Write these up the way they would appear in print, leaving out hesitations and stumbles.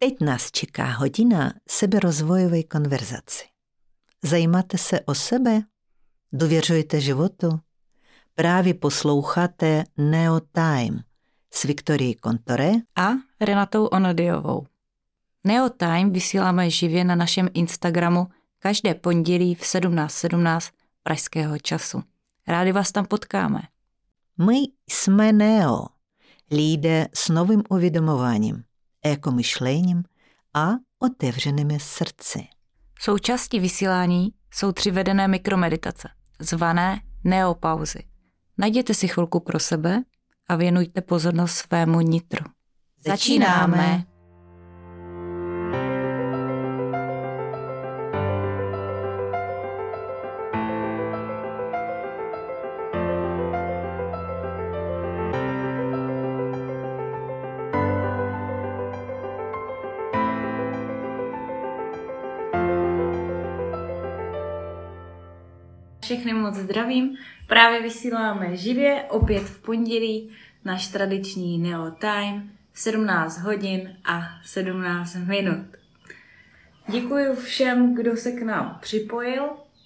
Teď nás čeká hodina seberozvojové konverzaci. Zajímáte se o sebe? Důvěřujete životu? Právě posloucháte Neo Time s Viktorií Kontore a Renatou Onodiovou. Neo Time vysíláme živě na našem Instagramu každé pondělí v 17:17 pražského času. Rádi vás tam potkáme. My jsme Neo, lidé s novým uvědomováním, ekomyšlením a otevřenými srdci. Součástí vysílání jsou 3 vedené mikromeditace, zvané neopauzy. Najděte si chvilku pro sebe a věnujte pozornost svému nitru. Začínáme! Všechny moc zdravím. Právě vysíláme živě, opět v pondělí, náš tradiční Neo Time v 17 hodin a 17 minut. Děkuji všem, kdo se k nám připojil,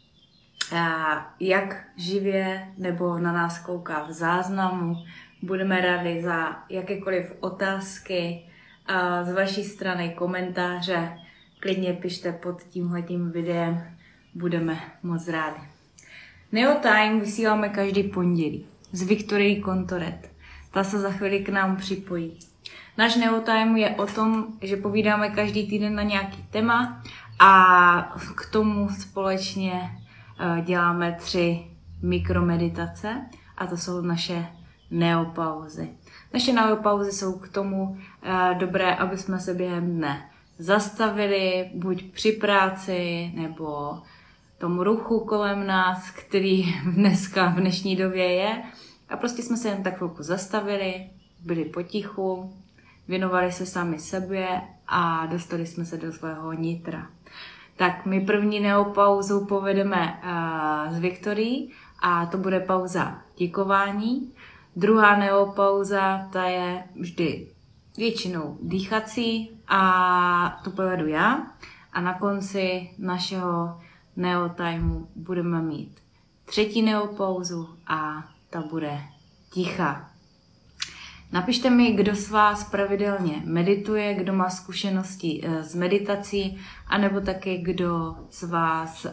jak živě nebo na nás kouká v záznamu. Budeme rádi za jakékoliv otázky, z vaší strany komentáře. Klidně pište pod tímhletím videem, budeme moc rádi. Neo Time vysíláme každý pondělí s Viktorií Kontoret. Ta se za chvíli k nám připojí. Náš Neo Time je o tom, že povídáme každý týden na nějaký téma a k tomu společně děláme 3 mikromeditace a to jsou naše neopauzy. Naše neopauzy jsou k tomu dobré, aby jsme se během dne zastavili, buď při práci nebo tomu ruchu kolem nás, který dneska v dnešní době je. A prostě jsme se jen tak chvilku zastavili, byli potichu, věnovali se sami sobě a dostali jsme se do svého nitra. Tak my první neopauzu povedeme s Viktorií a to bude pauza děkování. Druhá neopauza, ta je vždy většinou dýchací a to povedu já. A na konci našeho Neo Timeu budeme mít 3. neopauzu a ta bude ticha. Napište mi, kdo z vás pravidelně medituje, kdo má zkušenosti s meditací, anebo taky kdo z vás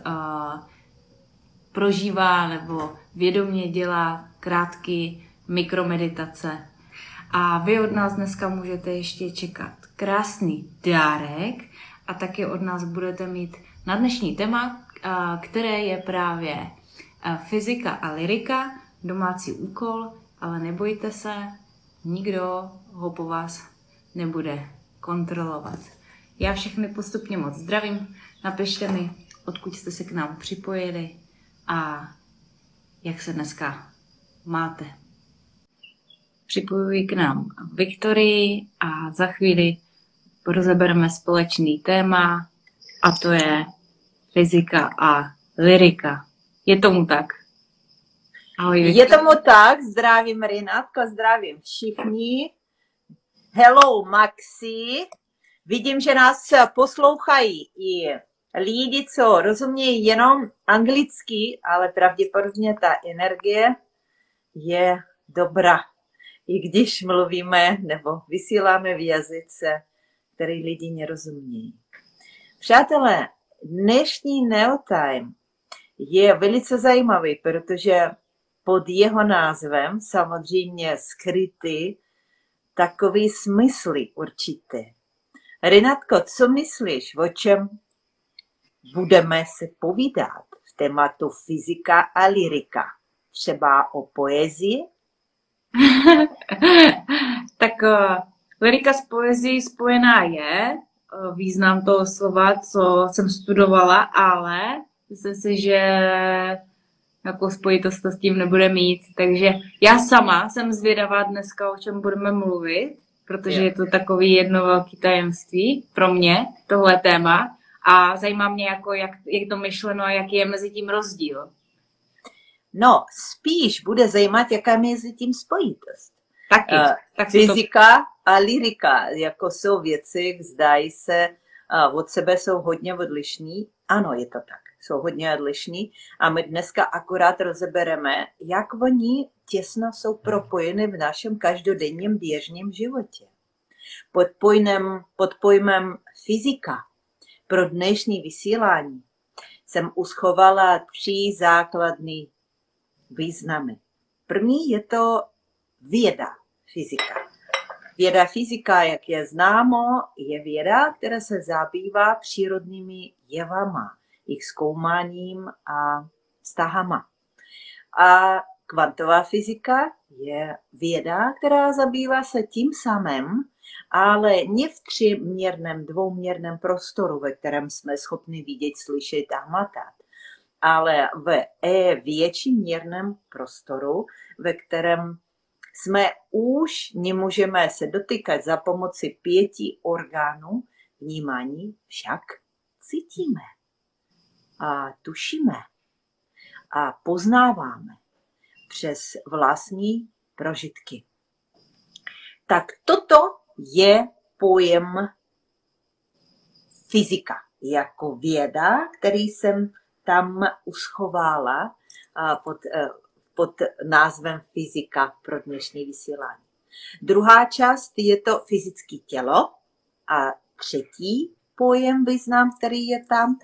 prožívá nebo vědomě dělá krátké mikromeditace. A vy od nás dneska můžete ještě čekat krásný dárek a taky od nás budete mít na dnešní téma, které je právě fyzika a lyrika, domácí úkol, ale nebojte se, nikdo ho po vás nebude kontrolovat. Já všechny postupně moc zdravím, napište mi, odkud jste se k nám připojili a jak se dneska máte. Připojuji k nám Viktorii a za chvíli rozebereme společný téma a to je fyzika a lyrika. Je tomu tak? Ahoj, je tomu tak, zdravím Renátko, zdravím všichni. Hello Maxi. Vidím, že nás poslouchají i lidi, co rozumějí jenom anglicky, ale pravděpodobně ta energie je dobrá. I když mluvíme nebo vysíláme v jazyce, který lidi nerozumějí. Přátelé, dnešní Neo Time je velice zajímavý, protože pod jeho názvem samozřejmě skryty takový smysly určité. Renátko, co myslíš, o čem budeme se povídat v tématu fyzika a lyrika? Třeba o poezii? Tak lyrika s poezií spojená je, význam toho slova, co jsem studovala, ale myslím si, že jako spojitost to s tím nebude mít. Takže já sama jsem zvědavá dneska, o čem budeme mluvit, protože je to takový jedno velké tajemství pro mě, tohle téma. A zajímá mě, jako, jak je to myšleno a jaký je mezi tím rozdíl. No, spíš bude zajímat, jaká je mezi tím spojitost. Taky. Tak Fyzika a lyrika, jako jsou věci, zdají se, od sebe jsou hodně odlišní. Ano, je to tak, jsou hodně odlišní. A my dneska akorát rozebereme, jak oni těsno jsou propojeny v našem každodenním běžném životě. Pod pojmem fyzika pro dnešní vysílání jsem uschovala 3 základní významy. První je to věda fyzika. Věda fyzika, jak je známo, je věda, která se zabývá přírodními jevama, jejich zkoumáním a vztahama. A kvantová fyzika je věda, která zabývá se tím samým, ale ne v 3měrném, 2měrném prostoru, ve kterém jsme schopni vidět, slyšet a hmatat, ale v většiměrném prostoru, ve kterém jsme už nemůžeme se dotýkat za pomoci 5 orgánů vnímání, však cítíme a tušíme a poznáváme přes vlastní prožitky. Tak toto je pojem fyzika jako věda, který jsem tam uschovala pod názvem fyzika pro dnešní vysílání. Druhá část je to fyzické tělo a třetí pojem, význam, který je tam,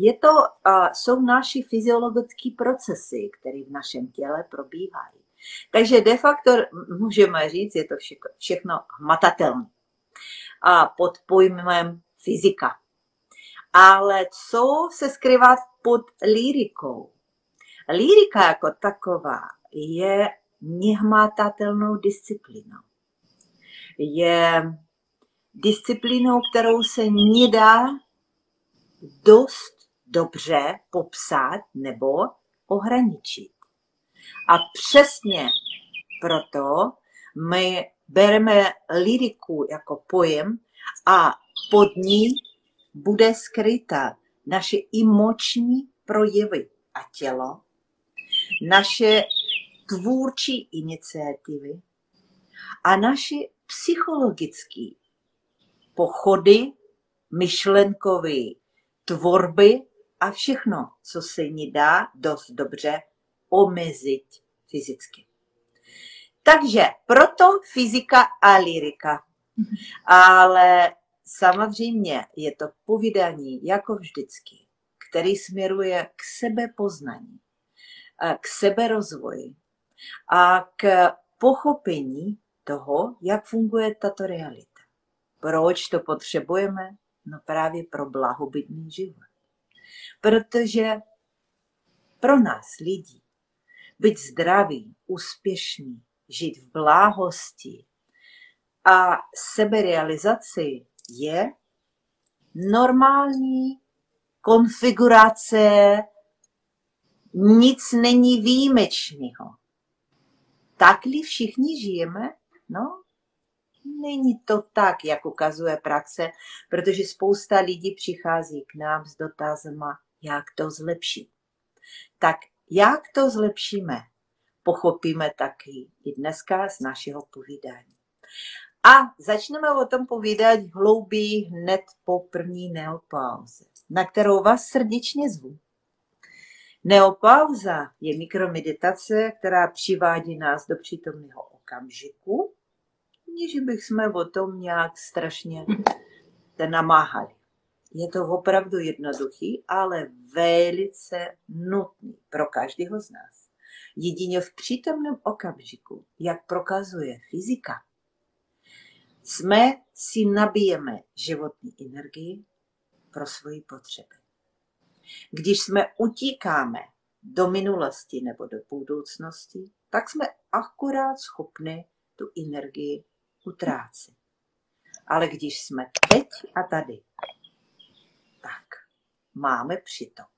jsou naše fyziologické procesy, které v našem těle probíhají. Takže de facto můžeme říct, je to všechno hmatatelné. A pod pojmem fyzika. Ale co se skrývá pod lyrikou? Lyrika jako taková je nehmatatelnou disciplínou. Je disciplínou, kterou se nedá dost dobře popsat nebo ohraničit. A přesně proto my bereme lyriku jako pojem a pod ní bude skryta naše emoční projevy a tělo, naše tvůrčí iniciativy a naše psychologické pochody, myšlenkové tvorby a všechno, co se nedá dost dobře omezit fyzicky. Takže proto fyzika a lyrika. Ale samozřejmě je to povídání, jako vždycky, který směruje k sebepoznání, k seberozvoji a k pochopení toho, jak funguje tato realita. Proč to potřebujeme? No právě pro blahobytný život. Protože pro nás lidí být zdravý, úspěšný, žít v bláhosti a seberealizaci je normální konfigurace, nic není výjimečného. Takhle všichni žijeme? No, není to tak, jak ukazuje praxe, protože spousta lidí přichází k nám s dotazama, jak to zlepšit. Tak jak to zlepšíme, pochopíme taky i dneska z našeho povídání. A začneme o tom povídat hlouběji hned po první neopauze, na kterou vás srdečně zvu. Neopauza je mikromeditace, která přivádí nás do přítomného okamžiku, než bychom o tom nějak strašně namáhali. Je to opravdu jednoduchý, ale velice nutný pro každého z nás. Jedině v přítomném okamžiku, jak prokazuje fyzika, jsme si nabijeme životní energii pro svoji potřeby. Když jsme utíkáme do minulosti nebo do budoucnosti, tak jsme akorát schopni tu energii utrácet. Ale když jsme teď a tady, tak máme přitok.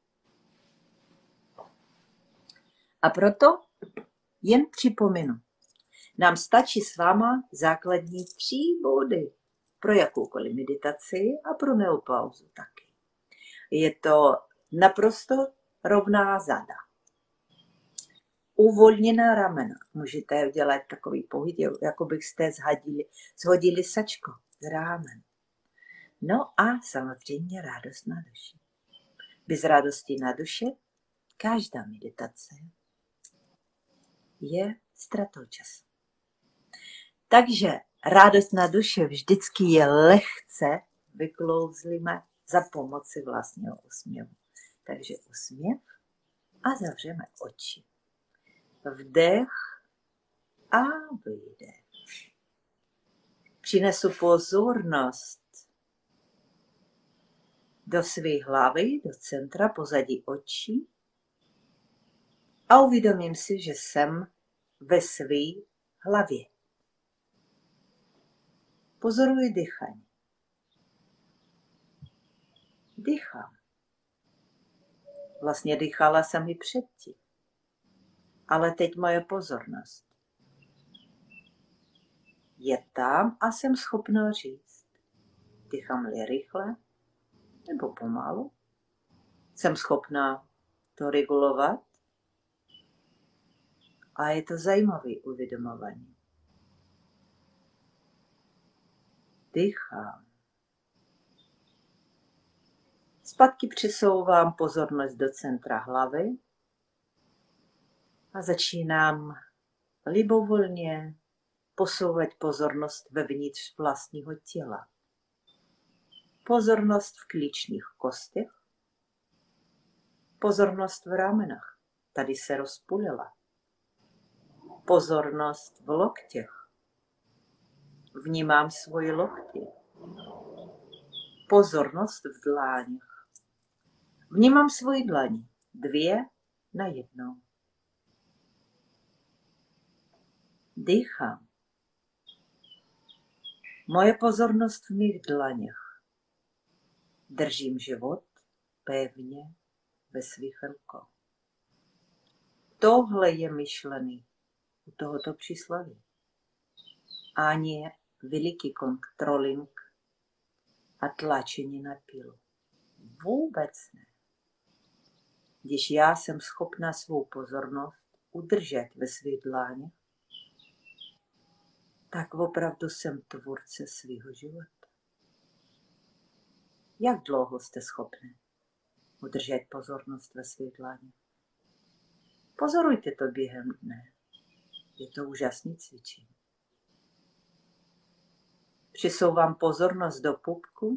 A proto jen připomenu, nám stačí s váma základní 3 body pro jakoukoliv meditaci a pro neopauzu taky. Je to naprosto rovná záda. uvolněná ramena. Můžete udělat takový pohyb, jako byste zhodili sačko z rámen. No a samozřejmě radost na duši. Bez radosti na duši každá meditace je ztratou času. Takže radost na duši vždycky je lehce vyklouzlíme za pomoci vlastního úsměvu. Takže úsměv a zavřeme oči. Vdech a výdech. Přinesu pozornost do své hlavy, do centra, pozadí očí a uvědomím si, že jsem ve své hlavě. Pozoruji dýchání. Dýchám. Vlastně dýchala jsem i předtím. Ale teď moje pozornost je tam a jsem schopná říct. Dýchám-li rychle nebo pomalu. Jsem schopná to regulovat. A je to zajímavé uvědomování. Dýchám. Zpátky přesouvám pozornost do centra hlavy a začínám libovolně posouvat pozornost vevnitř vlastního těla. Pozornost v klíčních kostech, pozornost v ramenách, tady se rozpůlila. Pozornost v loktěch, vnímám svoji lokty. Pozornost v dláních, vnímám svoji dlaní, 2 na 1. Dýchám. Moje pozornost v mých dlaních. Držím život pevně ve svých rukou. Tohle je myšlený u tohoto přísloví. Ani veliký controlling a tlačení na pilu. Vůbec ne. Když já jsem schopna svou pozornost udržet ve svých dláních, tak opravdu jsem tvůrce svého života. Jak dlouho jste schopni udržet pozornost ve svých dláních? Pozorujte to během dne. Je to úžasné cvičení. Přisouvám pozornost do pupku.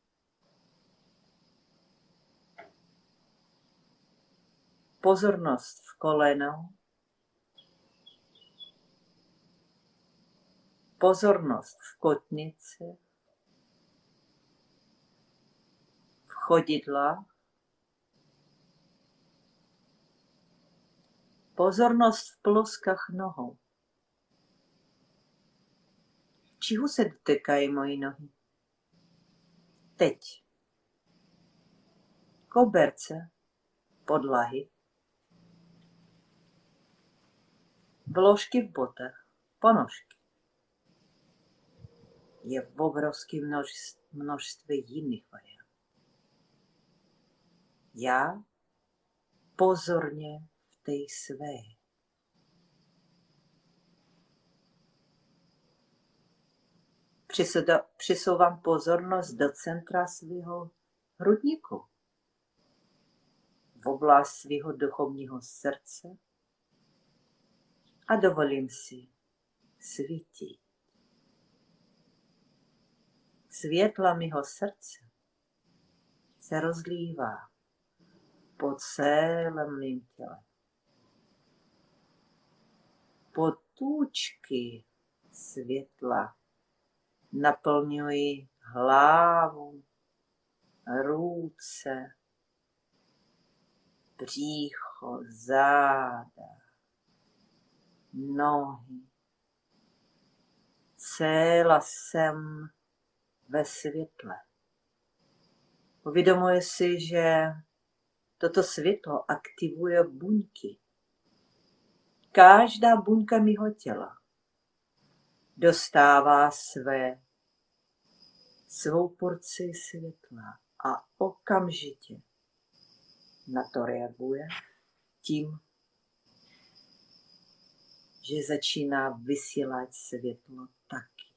Pozornost v kolenou. Pozornost v kotnici. V chodidlách. Pozornost v ploskách nohou. Čeho se dotýkají moji nohy? Teď. Koberce, podlahy, vložky v botách, ponožky. Je v obrovské množství jiných variant. Já pozorně v té své. Přisouvám pozornost do centra svého hrudníku, v oblast svého duchovního srdce a dovolím si svítit. Světla mého srdce se rozlívá po celém mým těle. Potůčky světla naplňují hlavu, ruce, břicho, záda, nohy. Celá jsem ve světle. Uvědomuji si, že toto světlo aktivuje buňky. Každá buňka mého těla dostává svou porci světla a okamžitě na to reaguje tím, že začíná vysílat světlo taky.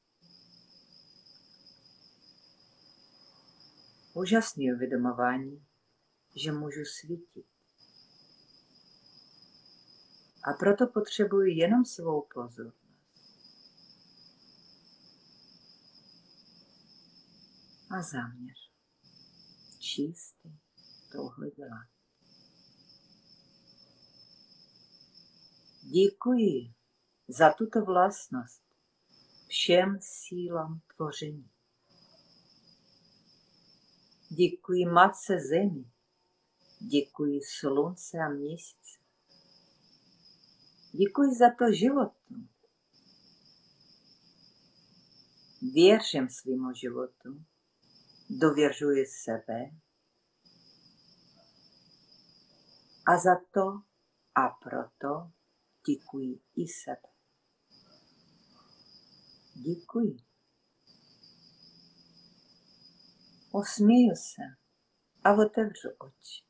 Úžasné uvědomování, že můžu svítit. A proto potřebuji jenom svou pozornost. A záměr. Čistý tohle dělat. Děkuji za tuto vlastnost všem sílám tvoření. Děkuji Matce Zemi. Děkuji Slunce a Měsíci. Děkuji za to životu. Věřím svýmu životu. Dověřuji sebe. A za to a proto děkuji i sebe. Děkuji. Usměju se a otevřu oči.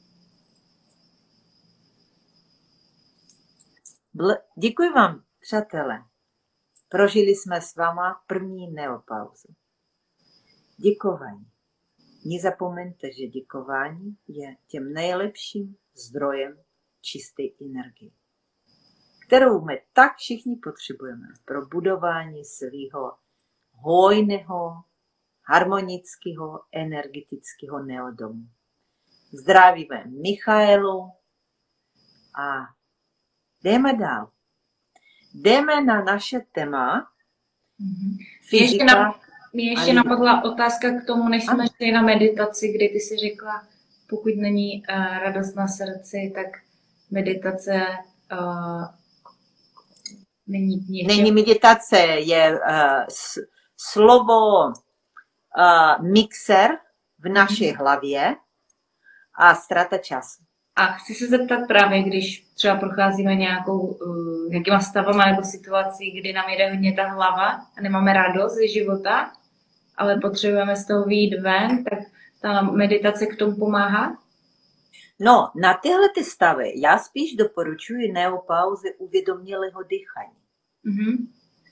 Děkuji vám, přátelé. Prožili jsme s váma první neopauzu. Děkování. Nezapomeňte, že děkování je tím nejlepším zdrojem čisté energie, kterou my tak všichni potřebujeme pro budování svého hojného, harmonického, energetického neodomu. Zdravíme Michaelu a jdeme dál. Jdeme na naše téma. Fyzika. Mě ještě napadla otázka k tomu, než jsme šli na meditaci, kdy ty jsi řekla, pokud není radost na srdci, tak meditace není něčem. Není meditace, je slovo mixer v naší hlavě a ztráta času. A chci se zeptat právě, když třeba procházíme nějakýma stavama nebo situací, kdy nám jede hodně ta hlava a nemáme radost ze života, ale potřebujeme z toho vyjít ven, tak ta meditace k tomu pomáhá? No, na tyhle ty stavy já spíš doporučuji neopauzy uvědomělého dýchání. Mm-hmm.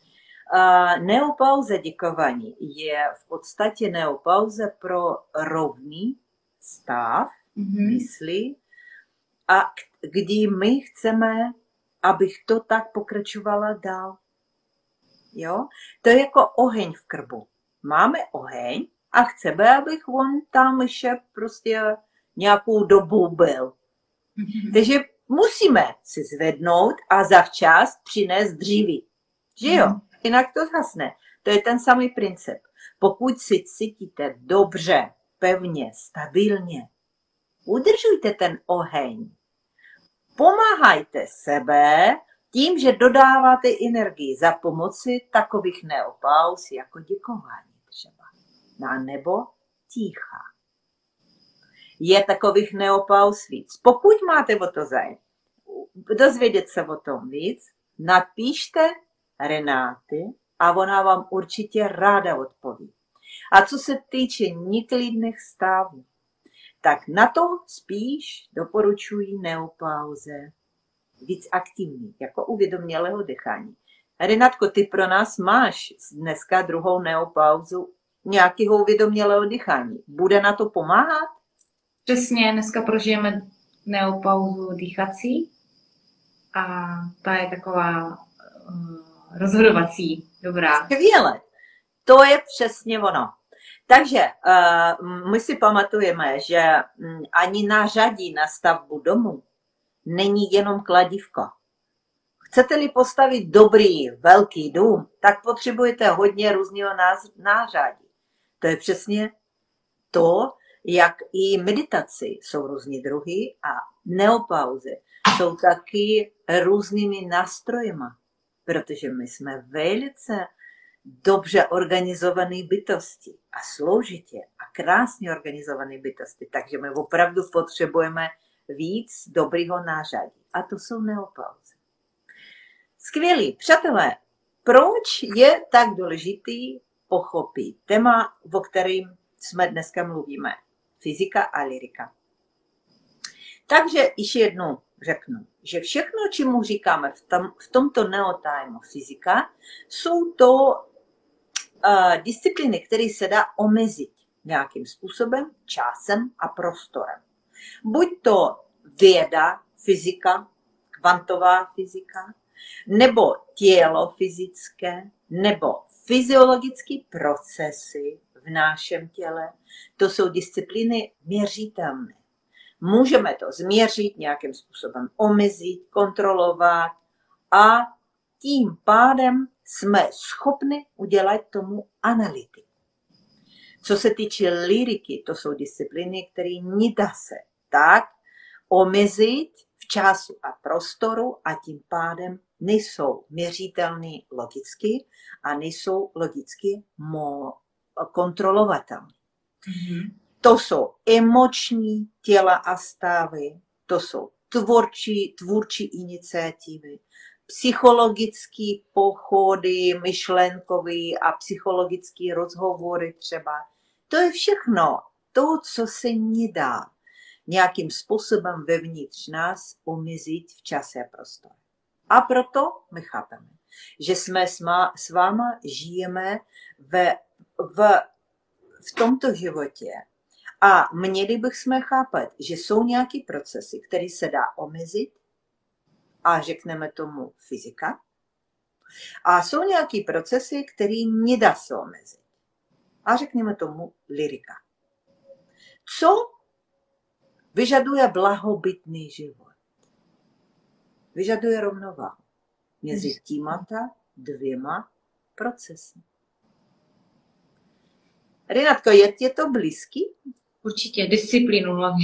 Neopauza děkování je v podstatě neopauza pro rovný stav mysli, a kdy my chceme, abych to tak pokračovala dál. Jo? To je jako oheň v krbu. Máme oheň a chceme, abych on tam ještě prostě nějakou dobu byl. Takže musíme si zvednout a zavčas přinést dříví. Že jo? Jinak to zhasne. To je ten samý princip. Pokud si cítíte dobře, pevně, stabilně, udržujte ten oheň. Pomáhajte sebe tím, že dodáváte energii za pomoci takových neopauz jako děkování třeba. A nebo ticha. Je takových neopauz víc. Pokud máte o to zájem, dozvědět se o tom víc, napište Renáty a ona vám určitě ráda odpoví. A co se týče neklidných stavů, tak na to spíš doporučuji neopauze víc aktivní, jako uvědomělého dýchání. Renátko, ty pro nás máš dneska druhou neopauzu nějakého uvědomělého dýchání. Bude na to pomáhat? Přesně, dneska prožijeme neopauzu dýchací a ta je taková rozhodovací, dobrá. Skvěle, to je přesně ono. Takže my si pamatujeme, že ani nářadí na stavbu domu není jenom kladívko. Chcete-li postavit dobrý, velký dům, tak potřebujete hodně různého nářadí. To je přesně to, jak i meditaci jsou různý druhy a neopauzy jsou taky různými nástrojema, protože my jsme velice dobře organizované bytosti a složitě a krásně organizované bytosti, takže my opravdu potřebujeme víc dobrýho nářadí. A to jsou neopauzy. Skvělí, přátelé, proč je tak důležitý pochopit téma, o kterém jsme dneska mluvíme? Fyzika a lyrika. Takže ještě jednou řeknu, že všechno, čemu říkáme v tomto neotajmu fyzika, jsou to disciplíny, které se dá omezit nějakým způsobem, časem a prostorem. Buď to věda, fyzika, kvantová fyzika, nebo tělo fyzické, nebo fyziologické procesy v našem těle. To jsou disciplíny měřitelné. Můžeme to změřit, nějakým způsobem omezit, kontrolovat a tím pádem jsme schopni udělat tomu analytiku. Co se týče lyriky, to jsou disciplíny, které nedá se tak omezit v času a prostoru a tím pádem nejsou měřitelné logicky a nejsou logicky kontrolovatelné. Mm-hmm. To jsou emoční těla a stavy, to jsou tvůrčí iniciativy, psychologické pochody, myšlenkové a psychologické rozhovory třeba. To je všechno to, co se nedá nějakým způsobem vevnitř nás omezit v čase a prostoru. A proto my chápeme, že jsme s váma žijeme v tomto životě a měli bychom chápat, že jsou nějaké procesy, které se dá omezit a řekneme tomu fyzika. A jsou nějaké procesy, které nedá se omezit a řekneme tomu lyrika. Co vyžaduje blahobytný život? Vyžaduje rovnováhu mezi těmata dvěma procesy. Renátko, je to blízký? Určitě, disciplínu hlavně.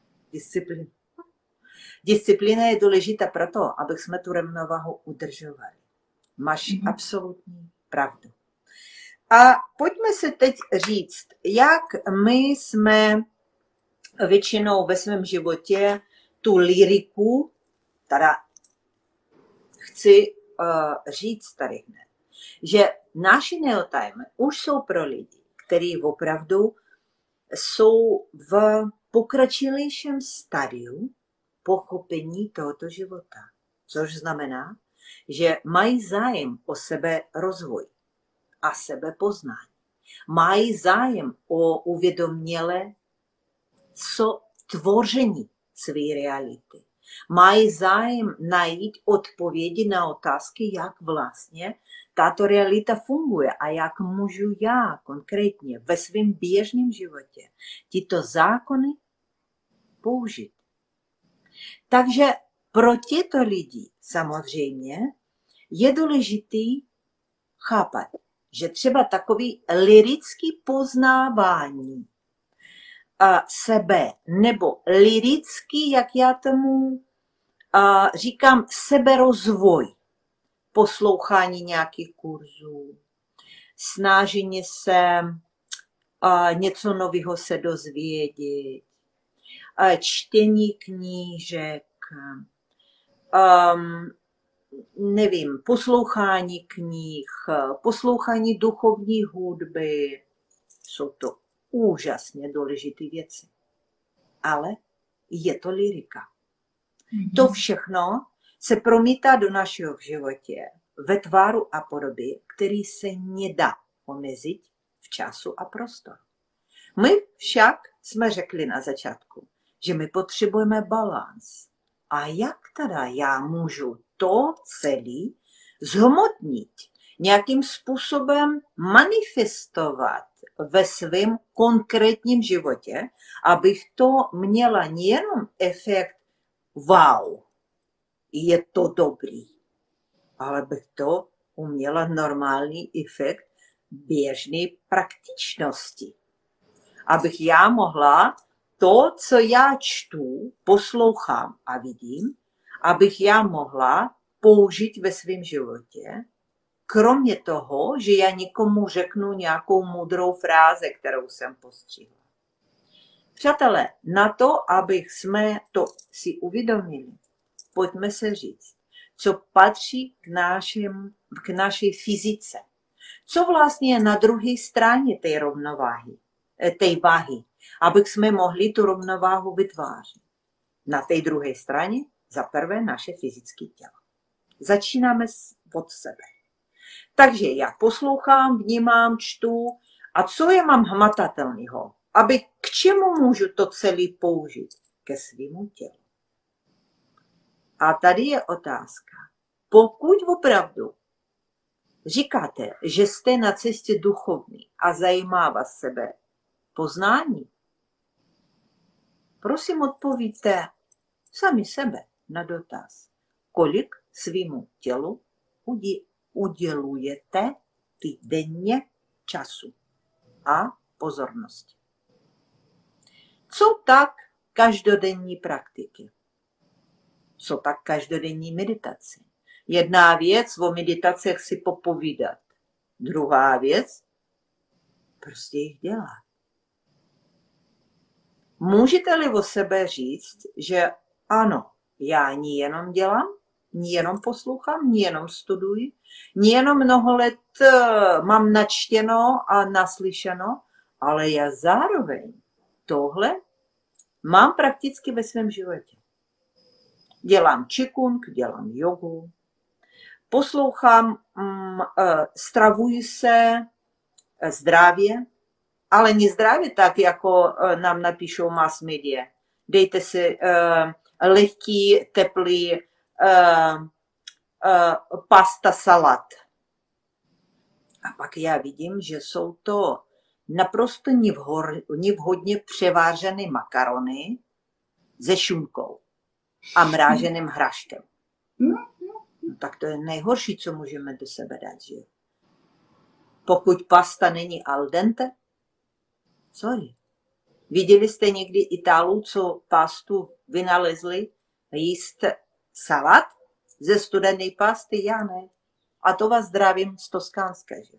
Disciplína je důležitá proto, aby jsme tu rovnováhu udržovali. Máš absolutní pravdu. A pojďme se teď říct, jak my jsme většinou ve svém životě tu lyriku, teda chci říct tady hned, že naši neotajmy už jsou pro lidi, kteří opravdu jsou v pokročilejším stadiu pochopení tohoto života. Což znamená, že mají zájem o seberozvoj a sebepoznání. Mají zájem o uvědomělé tvoření své reality. Mají zájem najít odpovědi na otázky, jak vlastně tato realita funguje a jak můžu já konkrétně ve svém běžném životě tyto zákony použít. Takže pro tyto lidi samozřejmě je důležitý chápat, že třeba takový lyrický poznávání sebe nebo lyrický, jak já tomu říkám, seberozvoj, poslouchání nějakých kurzů, snažení se něco nového se dozvědět, čtení knížek, poslouchání knih, poslouchání duchovní hudby. Jsou to úžasně důležité věci. Ale je to lyrika. To všechno se promítá do našeho životě ve tváru a podobě, který se nedá omezit v času a prostoru. My však jsme řekli na začátku, že my potřebujeme balans. A jak teda já můžu to celé zhmotnit, nějakým způsobem manifestovat ve svém konkrétním životě, abych to měla nejenom efekt wow, je to dobrý, ale bych to uměla normální efekt běžné praktičnosti. Abych já mohla to, co já čtu, poslouchám a vidím, abych já mohla použít ve svém životě, kromě toho, že já někomu řeknu nějakou moudrou frázi, kterou jsem postřihla. Přátelé, na to, abych jsme to si uvědomili, pojďme se říct, co patří k naší fyzice. Co vlastně je na druhé straně té rovnováhy, té váhy, abych jsme mohli tu rovnováhu vytvářet. Na té druhé straně Za prvé naše fyzické tělo. Začínáme od sebe. Takže já poslouchám, vnímám, čtu a co je mám hmatatelného, aby k čemu můžu to celé použít? Ke svému tělu. A tady je otázka. Pokud opravdu říkáte, že jste na cestě duchovní a zajímá vás sebe poznání, prosím odpovíte sami sebe na dotaz, kolik svýmu tělu udělujete denně času a pozornosti. Co tak každodenní praktiky? Co tak každodenní meditace? Jedna věc o meditacích si popovídat. Druhá věc, prostě jich dělat. Můžete-li o sebe říct, že ano, já ni jenom dělám, ni jenom poslouchám, ni jenom studuji, ni jenom mnoho let mám načtěno a naslyšeno, ale já zároveň tohle mám prakticky ve svém životě. Dělám čikung, dělám jogu, poslouchám, stravuji se zdravě, ale ne zdravě tak, jako nám napíšou mass media. Dejte si lehký, teplý pasta salát. A pak já vidím, že jsou to naprosto nevhodně převážené makarony se šunkou a mráženým hraškem. No, tak to je nejhorší, co můžeme do sebe dát, že? Pokud pasta není al dente, sorry. Viděli jste někdy Itálů, co pastu vynalezli jíst salát ze studené pasty? Já ne. A to vás zdravím z Toskánska, že?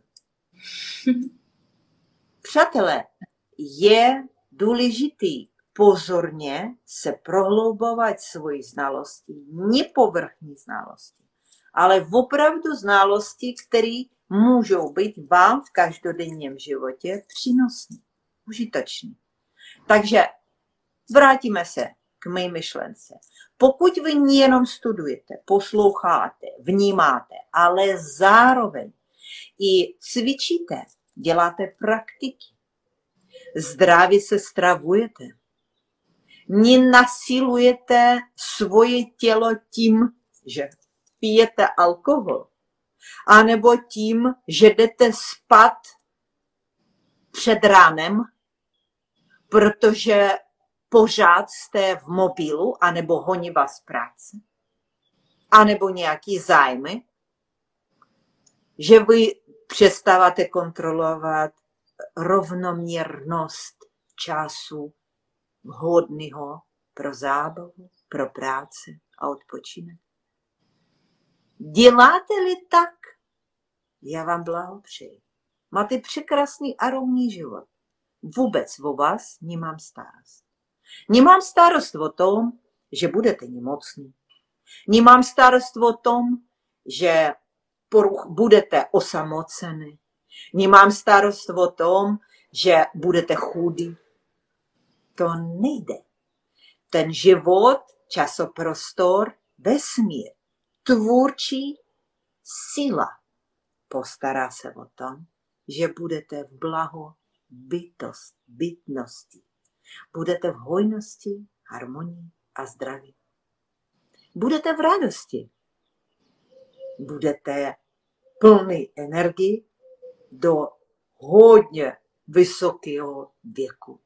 Přátelé, je důležitý pozorně se prohloubovat svoji znalosti, nepovrchní znalosti, ale opravdu znalosti, které můžou být vám v každodenním životě přínosné, užitečné. Takže vrátíme se k mé myšlence. Pokud vy jenom studujete, posloucháte, vnímáte, ale zároveň i cvičíte, děláte praktiky, zdravě se stravujete, nenasilujete svoje tělo tím, že pijete alkohol, anebo tím, že jdete spát před ránem, protože pořád jste v mobilu, anebo honí vás práce, anebo nějaký zájmy, že vy přestáváte kontrolovat rovnoměrnost času vhodného pro zábavu, pro práci a odpočinek. Děláte-li tak, já vám blahopřeji. Máte překrásný a rovný život. Vůbec o vás nemám starost. Nemám starost o tom, že budete nemocní. Nemám starost o tom, že budete osamoceni. Nemám starost o tom, že budete chudí. To nejde. Ten život, časoprostor, vesmír, tvůrčí síla postará se o tom, že budete v bytnosti. Budete v hojnosti, harmonii a zdraví. Budete v radosti. Budete plný energii do hodně vysokého věku.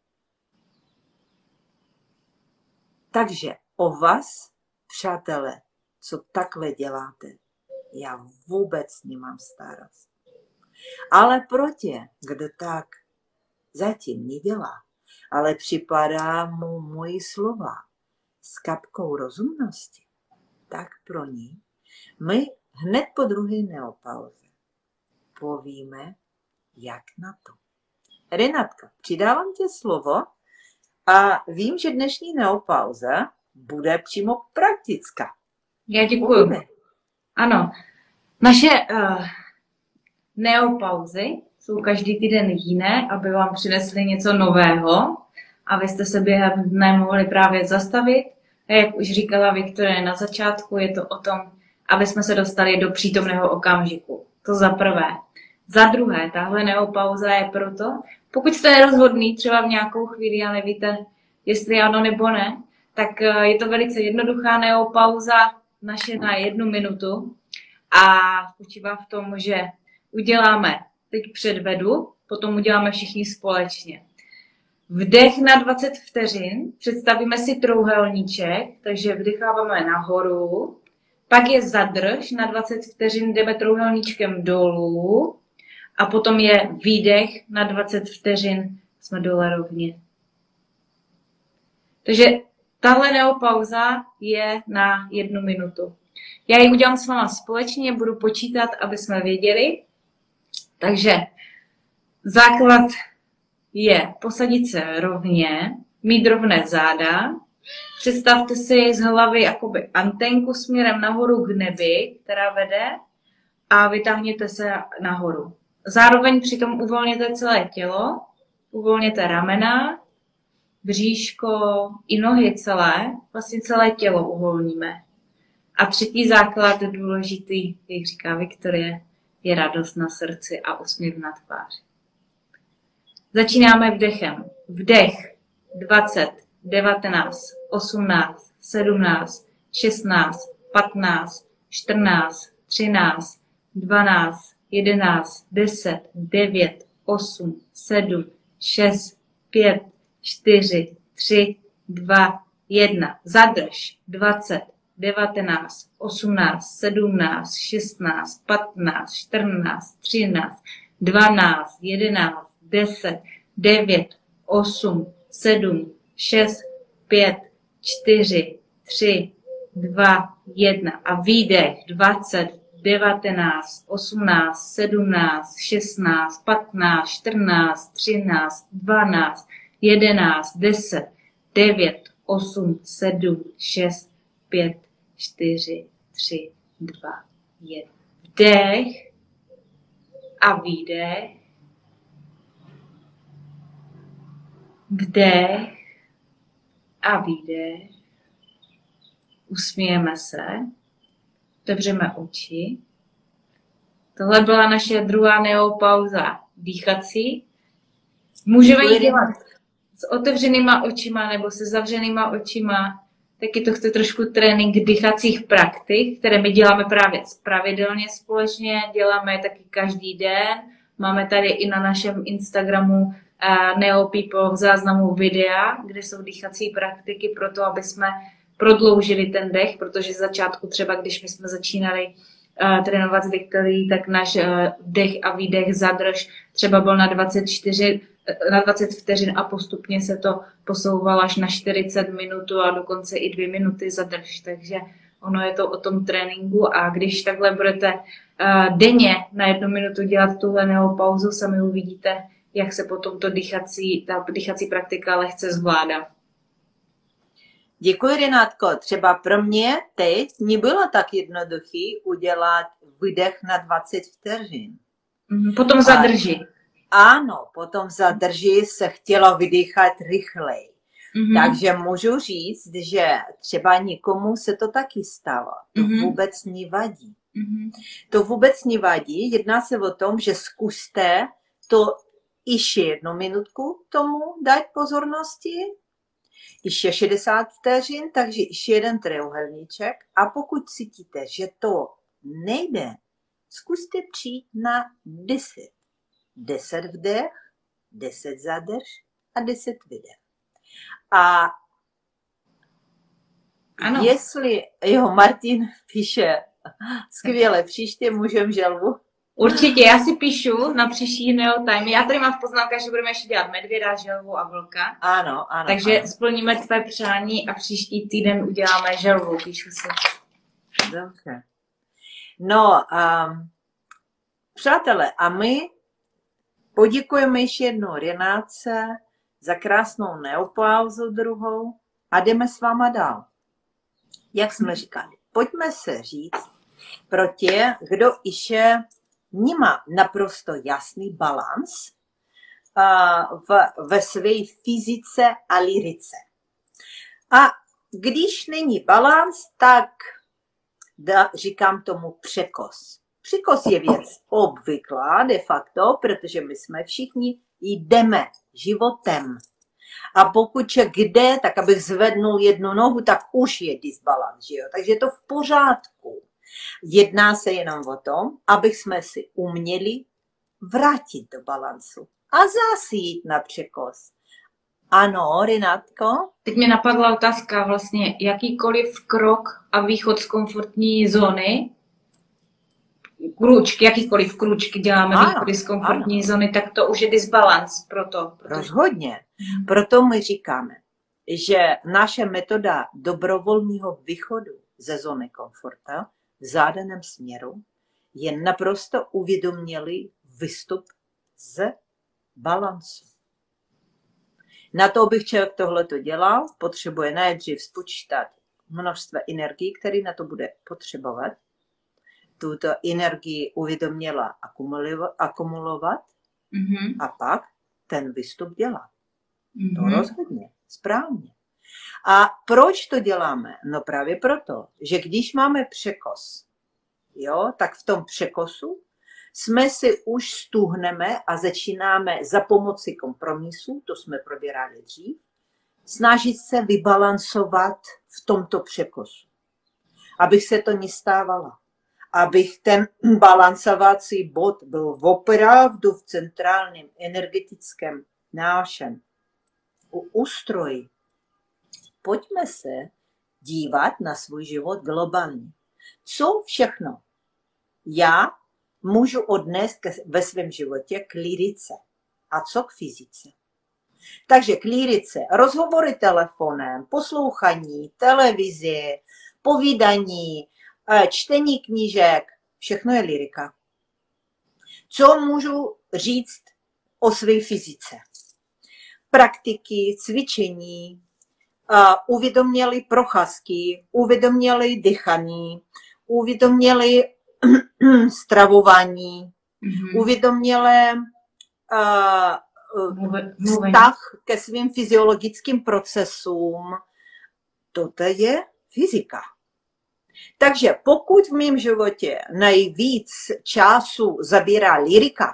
Takže o vás, přátelé, co takhle děláte, já vůbec nemám starost. Ale pro tě, kdo tak zatím nedělá, ale připadá mu moji slova s kapkou rozumnosti, tak pro ní my hned po druhé neopauze povíme, jak na to. Renátka, přidávám tě slovo a vím, že dnešní neopauza bude přímo praktická. Já děkuju. Ano, naše neopauzy jsou každý týden jiné, aby vám přinesli něco nového a vy jste se během dne mohli právě zastavit, A jak už říkala Viktorie na začátku, je to o tom, aby jsme se dostali do přítomného okamžiku. To za prvé. Za druhé, tahle neopauza je proto, pokud jste nerozhodný třeba v nějakou chvíli a nevíte, jestli ano nebo ne, tak je to velice jednoduchá neopauza, naše na 1 minutu a spočívá v tom, že uděláme, teď předvedu, potom uděláme všichni společně. Vdech na 20 vteřin, představíme si trouhelníček, takže vdecháváme nahoru, pak je zadrž, na 20 vteřin jdeme trouhelníčkem dolů a potom je výdech na 20 vteřin, jsme dole rovně. Takže tahle neopauza je na 1 minutu. Já ji udělám s váma společně, budu počítat, aby jsme věděli. Takže základ je posadit se rovně, mít rovné záda. Představte si z hlavy jakoby antenku směrem nahoru k nebi, která vede, a vytáhněte se nahoru. Zároveň přitom uvolněte celé tělo, uvolněte ramena, bříško i nohy celé, vlastně celé tělo uvolníme. A třetí základ, důležitý, jak říká Viktorie, je radost na srdci a úsměv na tváři. Začínáme vdechem. Vdech 20, 19, 18, 17, 16, 15, 14, 13, 12, 11, 10, 9, 8, 7, 6, 5, 4, 3, 2, 1. Zadrž 20, 19, 18, 17, 16, 15, 14, 13, 12, 11, 10, 9, 8, 7, 6, 5, 4, 3, 2, 1. A výdech 20, 19, 18, 17, 16, 15, 14, 13, 12, 11, 10, 9, 8, 7, 6, 5, 4, 3, 2, 1. Vdech a výdech. Vdech a výdech. Usmějeme se. Otevřeme oči. Tohle byla naše druhá neopauza dýchací. Můžeme ji dělat s otevřenýma očima nebo se zavřenýma očima. Taky to chce trošku trénink dýchacích praktik, které my děláme právě pravidelně společně. Děláme je taky každý den. Máme tady i na našem Instagramu NeoPeople v záznamu videa, kde jsou dýchací praktiky pro to, aby jsme prodloužili ten dech, protože z začátku třeba, když my jsme začínali trénovat s Viktorií, tak náš dech a výdech zadrž třeba byl na 20 vteřin a postupně se to posouvalo až na 40 minut a dokonce i 2 minuty zadrž. Takže ono je to o tom tréninku a když takhle budete denně na 1 minutu dělat tuhle neopauzu, sami uvidíte, jak se potom ta dýchací praktika lehce zvládá. Děkuji, Renátko. Třeba pro mě teď nebylo tak jednoduchý udělat výdech na 20 vteřin. Potom zadrží. Ano, potom zadrží se chtělo vydýchat rychleji. Takže můžu říct, že třeba někomu se to taky stalo. To vůbec nevadí. To vůbec nevadí. Jedná se o tom, že zkuste to ještě 1 minutku tomu dát pozornosti. Ještě 60 vteřin, takže ještě 1 trojúhelníček. A pokud cítíte, že to nejde, zkuste přijít na 10. 10 vdech, 10 zadrž a 10 vydech. A ano. Jestli, Martin píše, skvěle, příště můžeme želvu. Určitě, já si píšu na příští Neotime. Já tady mám v poznámkách, že budeme ještě dělat medvěda, želvu a vlka. Ano. Takže splníme tvé přání a příští týden uděláme želvu, píšu si. Dobře. No, přátelé, a my poděkujeme ještě jednou Renátce za krásnou neopauzu druhou a jdeme s váma dál. Jak jsme říkali, pojďme se říct pro tě, kdo ještě nemá naprosto jasný balans ve své fyzice a lyrice. A když není balans, tak říkám tomu překos. Překos je věc obvyklá de facto, protože my jsme všichni jdeme životem. A pokud člověk jde, tak abych zvednul jednu nohu, tak už je disbalans, že jo? Takže je to v pořádku. Jedná se jenom o tom, aby jsme si uměli vrátit do balansu a zase jít na překos. Ano, Renátko? Teď mě napadla otázka vlastně, jakýkoliv krok a východ z komfortní zóny, jakýkoliv krůčky děláme východy z komfortní zóny, tak to už je disbalans proto. Rozhodně. Proto my říkáme, že naše metoda dobrovolného východu ze zóny komforta v zádaném směru je naprosto uvědomělý výstup z balansu. Na to, abych člověk tohleto dělal, potřebuje nejdřív spočítat množství energií, které na to bude potřebovat. Tuto energii uvědoměla akumulovat a pak ten výstup dělat. To rozhodně, správně. A proč to děláme? No právě proto, že když máme překos, jo, tak v tom překosu jsme si už stuhneme a začínáme za pomoci kompromisu, to jsme probírali dřív, snažit se vybalancovat v tomto překosu. Abych se to nestávalo. Abych ten balancovací bod byl opravdu v centrálním energetickém našem ústroji. Pojďme se dívat na svůj život globálně. Co všechno já můžu odnést ve svém životě k lyrice a co k fyzice. Takže k lyrice rozhovory telefonem, poslouchání, televizi, povídání, čtení knížek, všechno je lyrika. Co můžu říct o své fyzice? Praktiky, cvičení, uvědomělé procházky, uvědomělé dýchání, uvědomělé stravování, uvědomělé vztah ke svým fyziologickým procesům. Toto je fyzika. Takže pokud v mém životě nejvíc času zabírá lyrika,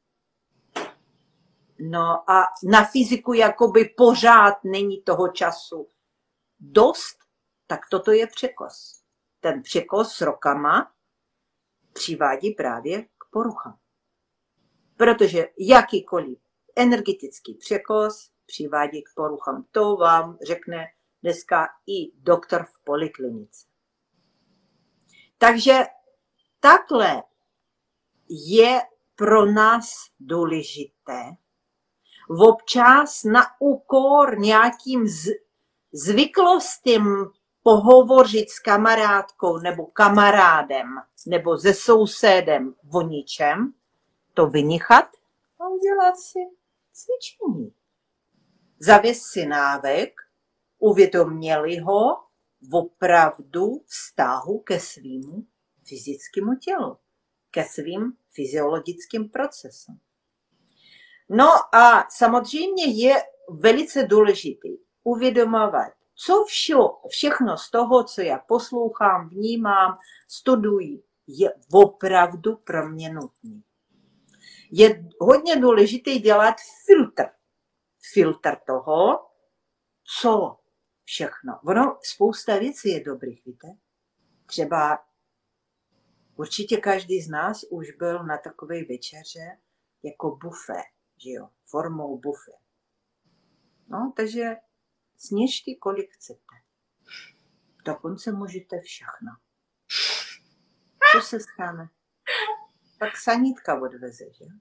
no a na fyziku jakoby pořád není toho času dost, tak toto je překos. Ten překos s rokama přivádí právě k poruchám. Protože jakýkoliv energetický překos přivádí k poruchám. To vám řekne dneska i doktor v poliklinice. Takže takhle je pro nás důležité občas na úkor nějakým zvyklostem pohovořit s kamarádkou nebo kamarádem nebo se sousedem o ničem, to vynichat a udělat si cvičení. Zavést si návyk, uvědoměli ho opravdu vztahu ke svýmu fyzickému tělu, ke svým fyziologickým procesům. No a samozřejmě je velice důležité uvědomovat, co všechno z toho, co já poslouchám, vnímám, studuji, je opravdu pro mě nutné. Je hodně důležité dělat filtr toho, co všechno. Ono, spousta věcí je dobrých, víte? Třeba určitě každý z nás už byl na takové večeře jako buffet, že jo? Formou buffet. No, takže sněžte, kolik chcete. Dokonce můžete všechno. Co se stane? Tak sanitka odveze, že?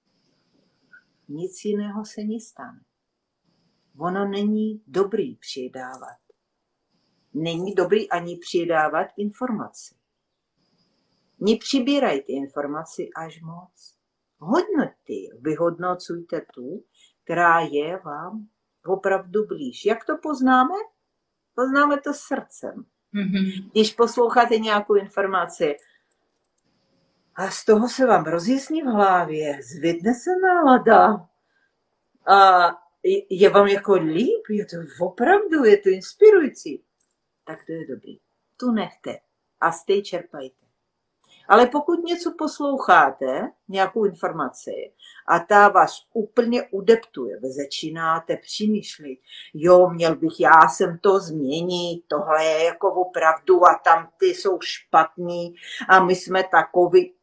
Nic jiného se nestane. Ono není dobrý přidávat. Není dobrý ani přidávat informace. Nepřibírajte informaci až moc. Hodnoty, vyhodnocujte tu, která je vám opravdu blíž. Jak to poznáme? Poznáme to srdcem. Když posloucháte nějakou informaci a z toho se vám rozjasní v hlavě, zvedne se nálada a je vám jako líp, je to opravdu, je to inspirující. tak to je dobrý. Tu nechte a z té čerpajte. Ale pokud něco posloucháte, nějakou informaci, a ta vás úplně udeptuje, vy začínáte přemýšlet, jo, já jsem to změnit, tohle je jako opravdu a tam ty jsou špatný a my jsme takový.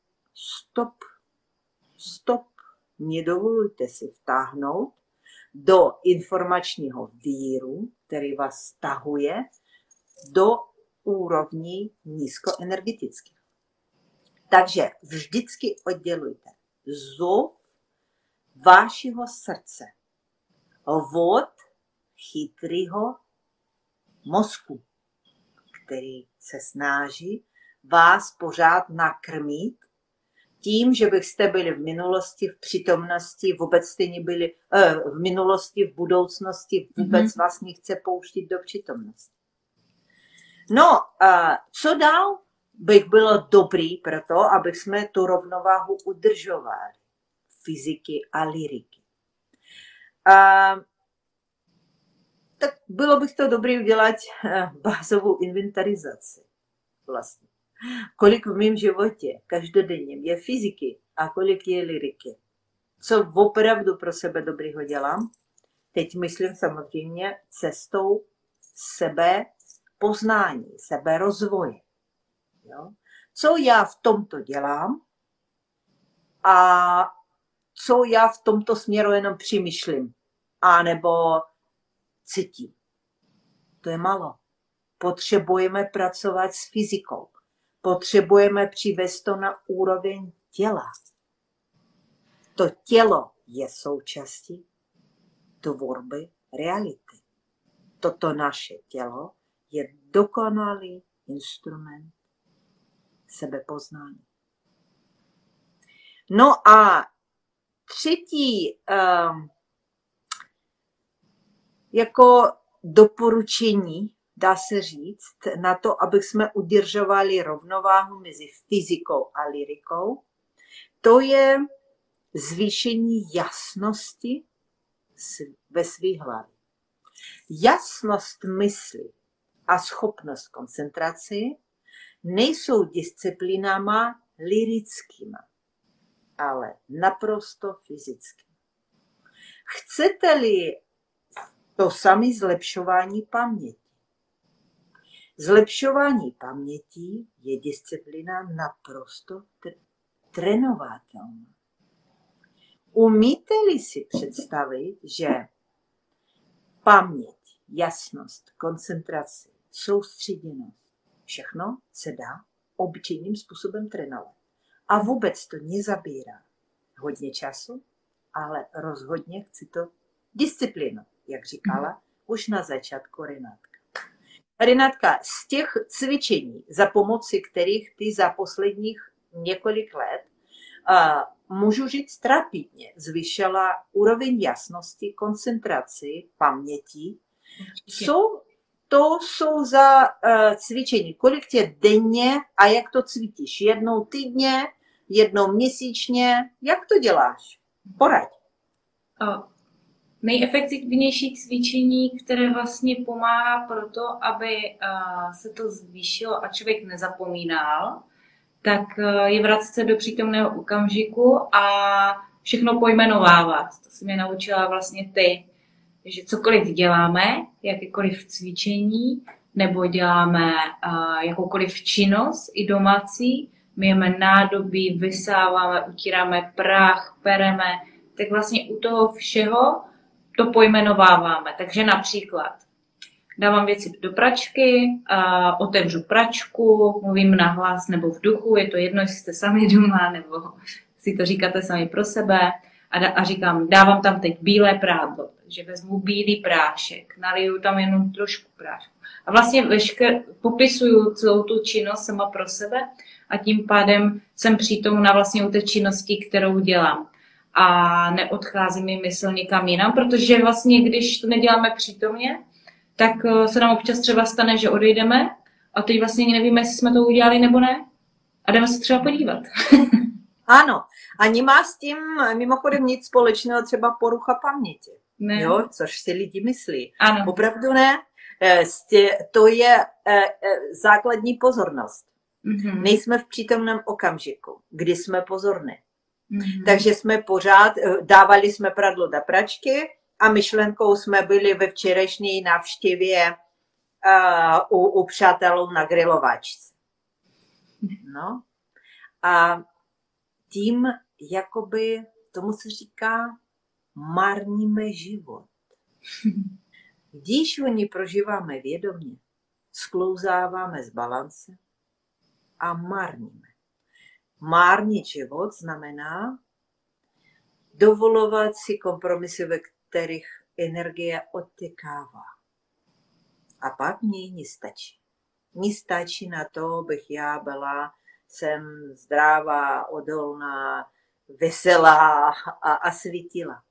Stop. Nedovolujte si vtáhnout do informačního víru, který vás stahuje do úrovní nízkoenergetických. Takže vždycky oddělujte zov vašeho srdce od chytrého mozku, který se snaží vás pořád nakrmit tím, že byste byli v minulosti, v přítomnosti, vůbec jste nebyli v minulosti, v budoucnosti, vůbec vás nechce pouštět do přítomnosti. No, co dál bych bylo dobrý pro to, aby jsme tu rovnováhu udržovali fyziky a lyriky. Tak bylo bych to dobré udělat bázovou inventarizaci vlastně. Kolik v mém životě každodenním je fyziky a kolik je lyriky. Co opravdu pro sebe dobrýho dělám, teď myslím samozřejmě cestou sebepoznání, seberozvoje. Jo? Co já v tomto dělám a co já v tomto směru jenom přemýšlím anebo cítím. To je málo. Potřebujeme pracovat s fyzikou. Potřebujeme přivést to na úroveň těla. To tělo je součástí tvorby reality. Toto naše tělo je dokonalý instrument sebepoznání. No a třetí jako doporučení, dá se říct, na to, aby jsme udržovali rovnováhu mezi fyzikou a lyrikou, to je zvýšení jasnosti ve své hlavě. Jasnost mysli a schopnost koncentrace nejsou disciplínama lyrickými, ale naprosto fyzickými. Chcete-li to samé zlepšování paměti? Zlepšování paměti je disciplína naprosto trénovatelná. Umíte-li si představit, že paměť, jasnost, koncentrace, soustředěnost, všechno se dá obyčejným způsobem trénovat. A vůbec to nezabírá hodně času, ale rozhodně chci to disciplínu, jak říkala už na začátku Renátka. Renátka, z těch cvičení, za pomoci kterých ty za posledních několik let, můžu říct rapidně, zvýšila úroveň jasnosti, koncentraci, paměti. Co to jsou za cvičení? Kolik tě denně a jak to cvičíš? Jednou týdně, jednou měsíčně? Jak to děláš? Poraď. Nejefektivnější cvičení, které vlastně pomáhá pro to, aby se to zvýšilo a člověk nezapomínal, tak je vracet se do přítomného okamžiku a všechno pojmenovávat. To se mě naučila vlastně ty, že cokoliv děláme, jakékoliv cvičení, nebo děláme jakoukoliv činnost i domácí, myjeme nádobí, vysáváme, utíráme prach, pereme, tak vlastně u toho všeho to pojmenováváme. Takže například dávám věci do pračky, otevřu pračku, mluvím nahlas nebo v duchu, je to jedno, jestli jste sami doma, nebo si to říkáte sami pro sebe a říkám, dávám tam teď bílé prádlo, takže vezmu bílý prášek, naliju tam jenom trošku prášku. A vlastně popisuju celou tu činnost sama pro sebe a tím pádem jsem přítomna vlastně u té činnosti, kterou dělám. A neodchází mi mysl někam jinam, protože vlastně, když to neděláme přítomně, tak se nám občas třeba stane, že odejdeme a teď vlastně nevíme, jestli jsme to udělali nebo ne a jdeme se třeba podívat. Ano, a nemá s tím mimochodem nic společného třeba porucha paměti, jo, což si lidi myslí. Ano. Opravdu ne. To je základní pozornost. Mhm. Nejsme v přítomném okamžiku, kdy jsme pozorní. Mhm. Takže jsme pořád, dávali jsme pradlo do pračky a myšlenkou jsme byli ve včerejší návštěvě u přátelů na grilovačce. No. A tím jakoby, tomu se říká, marníme život. Když oni prožíváme vědomě, sklouzáváme z balance a marníme. Márnit život znamená dovolovat si kompromisy, ve kterých energie odtekává. A pak mě nestačí. Nestačí na to, abych já byla, jsem zdravá, odolná, veselá a svítila.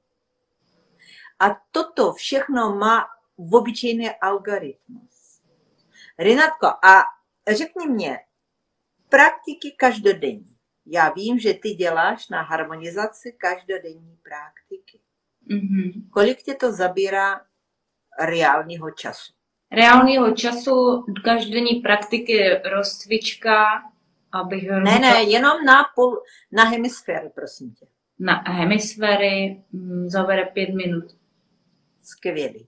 A toto všechno má v obyčejný algoritmus. Renátko, a řekni mě, praktiky každodenní. Já vím, že ty děláš na harmonizaci každodenní praktiky. Mhm. Kolik tě to zabírá reálního času? Reálného času každodenní praktiky rozcvička, abych... Ne, jenom na hemisféry, prosím tě. Na hemisféry zabere 5 minut. Skvělý.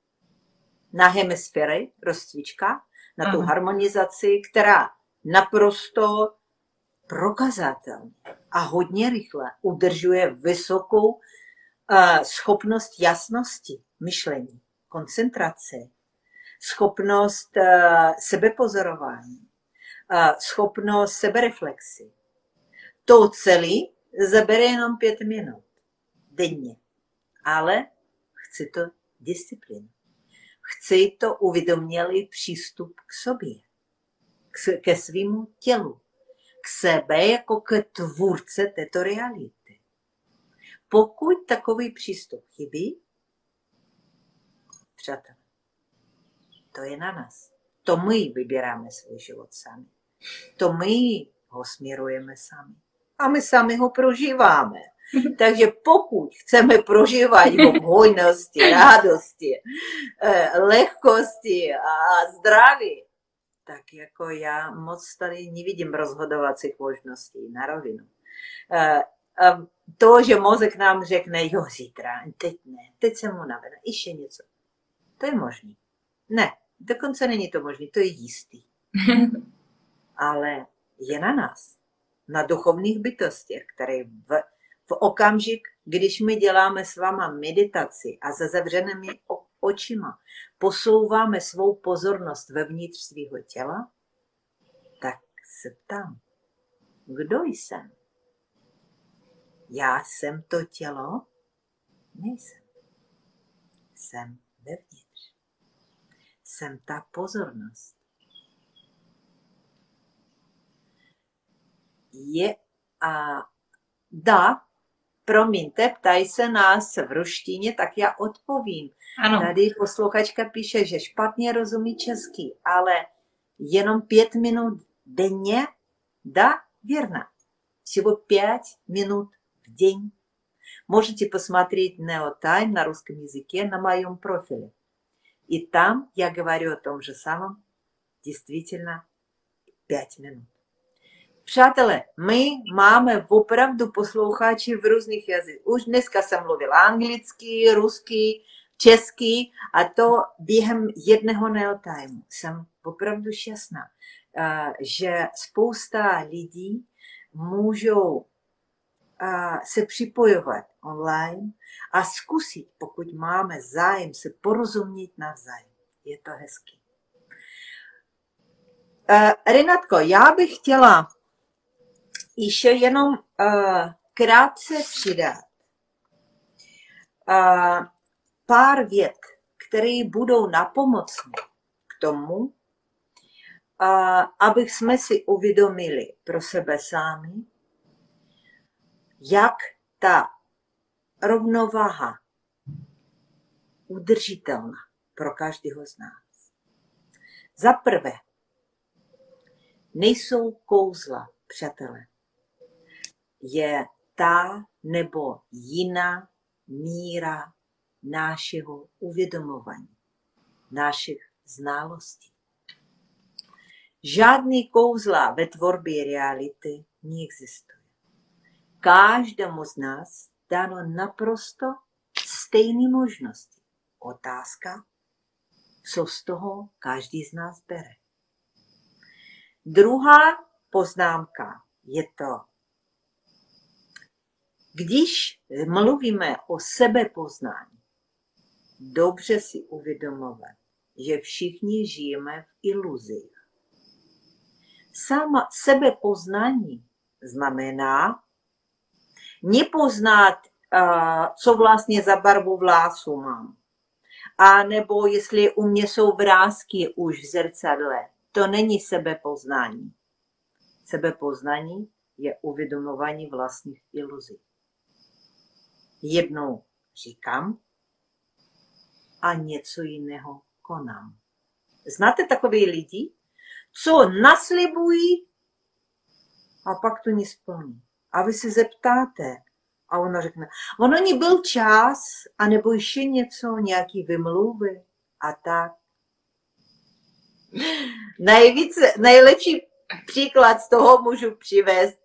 Na hemisféry rozcvička, na tu harmonizaci, která naprosto prokazatelně a hodně rychle udržuje vysokou schopnost jasnosti myšlení, koncentrace, schopnost sebepozorování, schopnost sebereflexy. To celé zabere jenom 5 minut denně, ale chci to disciplínu. Chci to uvědomělý přístup k sobě, ke svému tělu, k sebe jako k tvůrce této reality. Pokud takový přístup chybí, přátelé, to je na nás. To my vybíráme svůj život sami. To my ho směrujeme sami. A my sami ho prožíváme. Takže pokud chceme prožívat v hojnosti, radosti, lehkosti a zdraví, tak jako já moc tady nevidím rozhodovacích možností na rovinu. To, že mozek nám řekne, jo, zítra, teď ne, teď jsem unavená, ještě něco. To je možný. Ne, dokonce není to možný, to je jistý. Ale je na nás, na duchovních bytostech, které v okamžik, když my děláme s váma meditaci a za zavřenými očima posouváme svou pozornost vevnitř svého těla, tak se ptám, kdo jsem? Já jsem to tělo? Nejsem. Jsem vevnitř. Jsem ta pozornost. Promiňte, ptají se nás v ruštině, tak já odpovím. Ano. Tady posluchačka píše, že špatně rozumí česky, ale jenom 5 minut denně, да, верно. Всего 5 минут в день. Можете посмотреть Neotime на русском языке на моем профиле. И там я говорю о том же самом, действительно 5 minut. Přátelé, my máme opravdu posluchači v různých jazycích. Už dneska jsem mluvila anglicky, rusky, česky a to během jednoho neotajmu. Jsem opravdu šťastná, že spousta lidí můžou se připojovat online a zkusit, pokud máme zájem, se porozumět navzájem. Je to hezký. Renátko, já bych chtěla ještě jenom krátce přidat pár vět, které budou napomocné k tomu, abych jsme si uvědomili pro sebe sami, jak ta rovnováha udržitelná pro každého z nás. Za prvé, nejsou kouzla, přátelé. Je ta nebo jiná míra našeho uvědomování, našich znalosti. Žádný kouzla ve tvorbě reality neexistuje. Každému z nás dáno naprosto stejné možnosti. Otázka, co z toho každý z nás bere. Druhá poznámka je to, když mluvíme o sebepoznání, dobře si uvědomovat, že všichni žijeme v iluzích. Sama sebepoznání znamená nepoznat, co vlastně za barvu vlásu mám. A nebo jestli u mě jsou vrásky už v zrcadle. To není sebepoznání. Sebepoznání je uvědomování vlastních iluzí. Jednou říkám a něco jiného konám. Znáte takové lidi, co naslibují a pak to nesplní. A vy se zeptáte a ona řekne, ono nebyl čas, anebo ještě něco, nějaký vymluvy a tak. Nejlepší příklad z toho můžu přivést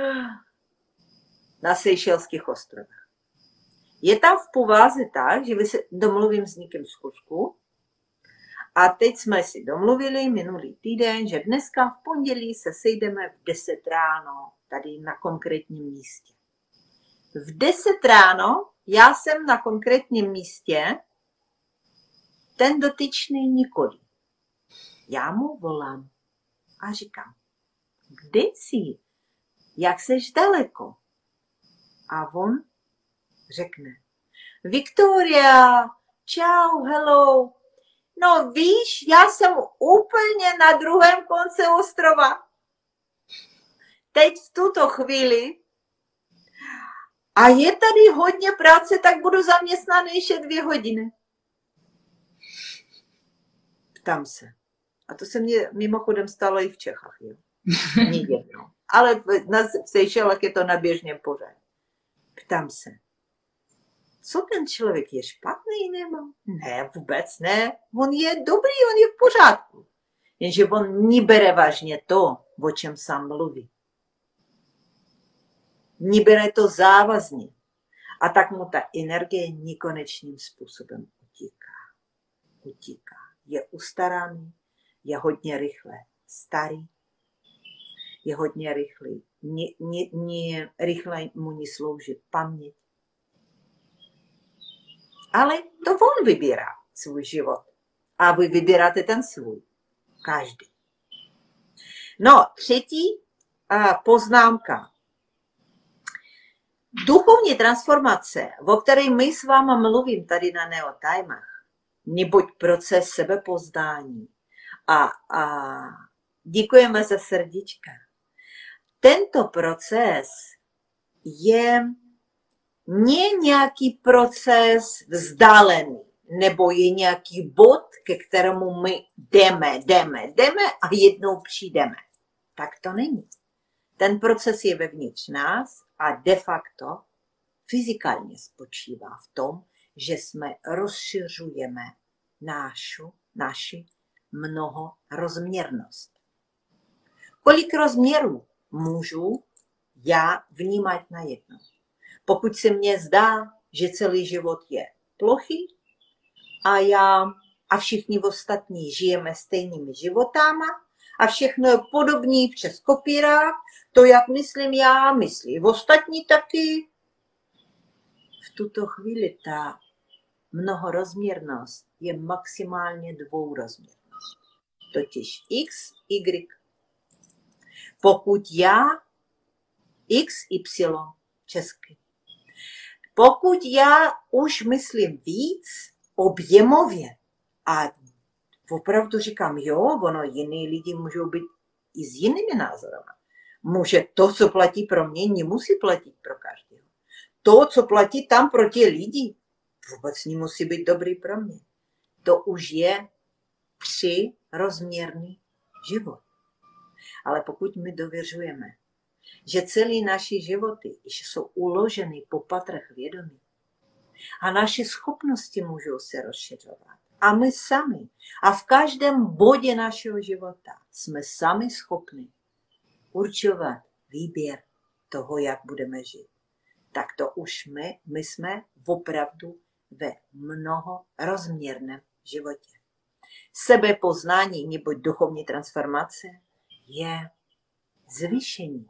na Seychelských ostrovech. Je tam v povaze tak, že vy se domluvím s někým schůzku a teď jsme si domluvili minulý týden, že dneska v pondělí se sejdeme v 10 ráno tady na konkrétním místě. V 10 ráno já jsem na konkrétním místě, ten dotyčný nikoli. Já mu volám a říkám, kde jsi? Jak seš daleko? A on řekne, Viktoria, čau, hello. No víš, já jsem úplně na druhém konci ostrova. Teď v tuto chvíli a je tady hodně práce, tak budu zaměstnaný ještě 2 hodiny. Ptám se. A to se mně mimochodem stalo i v Čechách. Jo? Jednou. Ale v Seychelech je to na běžném pořadu. Ptám se. Co ten člověk je špatný nebo? Ne, vůbec ne. On je dobrý, on je v pořádku. Jenže on nebere vážně to, o čem sám mluví. Nebere to závazně. A tak mu ta energie nekonečným způsobem utíká. Je ustaraný, je hodně rychle starý, je hodně rychlý. Rychle mu neslouží paměť. Ale to on vybírá svůj život. A vy vybíráte ten svůj. Každý. No, třetí poznámka. Duchovní transformace, o které my s váma mluvím tady na Neotimech, neboť proces sebepoznání. A děkujeme za srdíčka. Tento proces je nie nějaký proces vzdálený, nebo je nějaký bod, ke kterému my jdeme a jednou přijdeme. Tak to není. Ten proces je vevnitř nás a de facto fyzikálně spočívá v tom, že jsme rozšiřujeme naši mnohorozměrnost. Kolik rozměrů můžu já vnímat najednou? Pokud se mně zdá, že celý život je plochý a já a všichni ostatní žijeme stejnými životama a všechno je podobné přes kopírák, to, jak myslím já, myslí ostatní taky. V tuto chvíli ta mnohorozměrnost je maximálně dvourozměrnost. Totiž X, Y. Pokud já, X, Y, česky. Pokud já už myslím víc objemově a opravdu říkám, jo, ono jiný lidi můžou být i s jinými názory. Může to, co platí pro mě, nemusí platit pro každého. To, co platí tam pro tě lidi, vůbec nemusí být dobrý pro mě. To už je přirozměrný život. Ale pokud my dověřujeme, že celé naše životy jsou uloženy po patrech vědomí a naše schopnosti můžou se rozšiřovat A my sami. A v každém bodě našeho života jsme sami schopni určovat výběr toho, jak budeme žít. Tak to už my jsme opravdu ve mnohorozměrném životě. Sebepoznání nebo duchovní transformace je zvýšení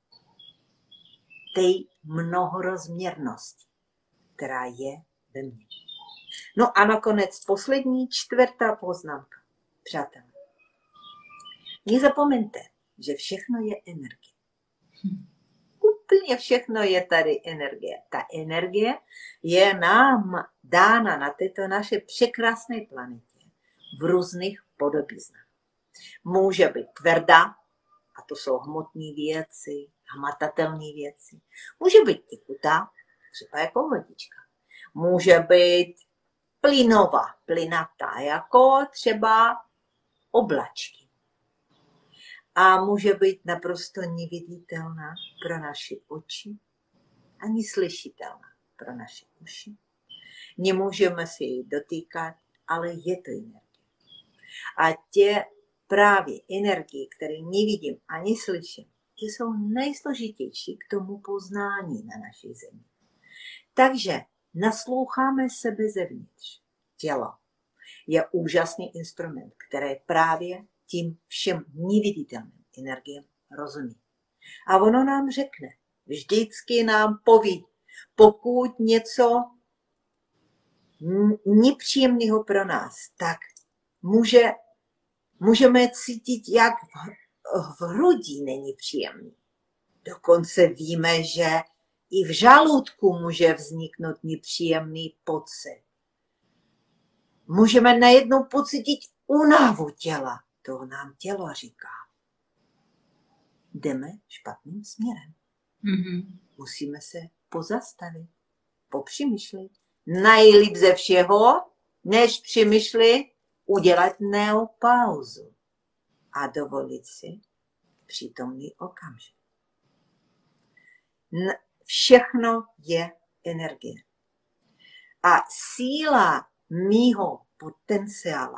té mnohorozměrnosti, která je ve mně. No a nakonec poslední, čtvrtá poznámka. Přátelé, nezapomeňte, že všechno je energie. Úplně všechno je tady energie. Ta energie je nám dána na této naše překrásné planetě v různých podobiznách. Může být tvrdá, a to jsou hmotné věci, hmatatelné věci. Může být tekutá, třeba jako vodička. Může být plynová, plynatá, jako třeba oblačky. A může být naprosto neviditelná pro naše oči, ani slyšitelná pro naše uši. Nemůžeme si ji dotýkat, ale je to energie. A tě právě energie, které nevidím ani slyším, ty jsou nejsložitější k tomu poznání na naší zemi. Takže nasloucháme sebe zevnitř. Tělo je úžasný instrument, který právě tím všem neviditelným energiem rozumí. A ono nám řekne, vždycky nám poví, pokud něco nepříjemného pro nás, tak můžeme cítit, jak v hrudi není příjemný. Dokonce víme, že i v žaludku může vzniknout nepříjemný pocit. Můžeme najednou pocítit únavu těla. To nám tělo říká. Jdeme špatným směrem. Musíme se pozastavit, popřemýšlet. Nejlíp ze všeho, než přemýšlet, udělat neopauzu a dovolit si přítomný okamžik. Všechno je energie. A síla mýho potenciála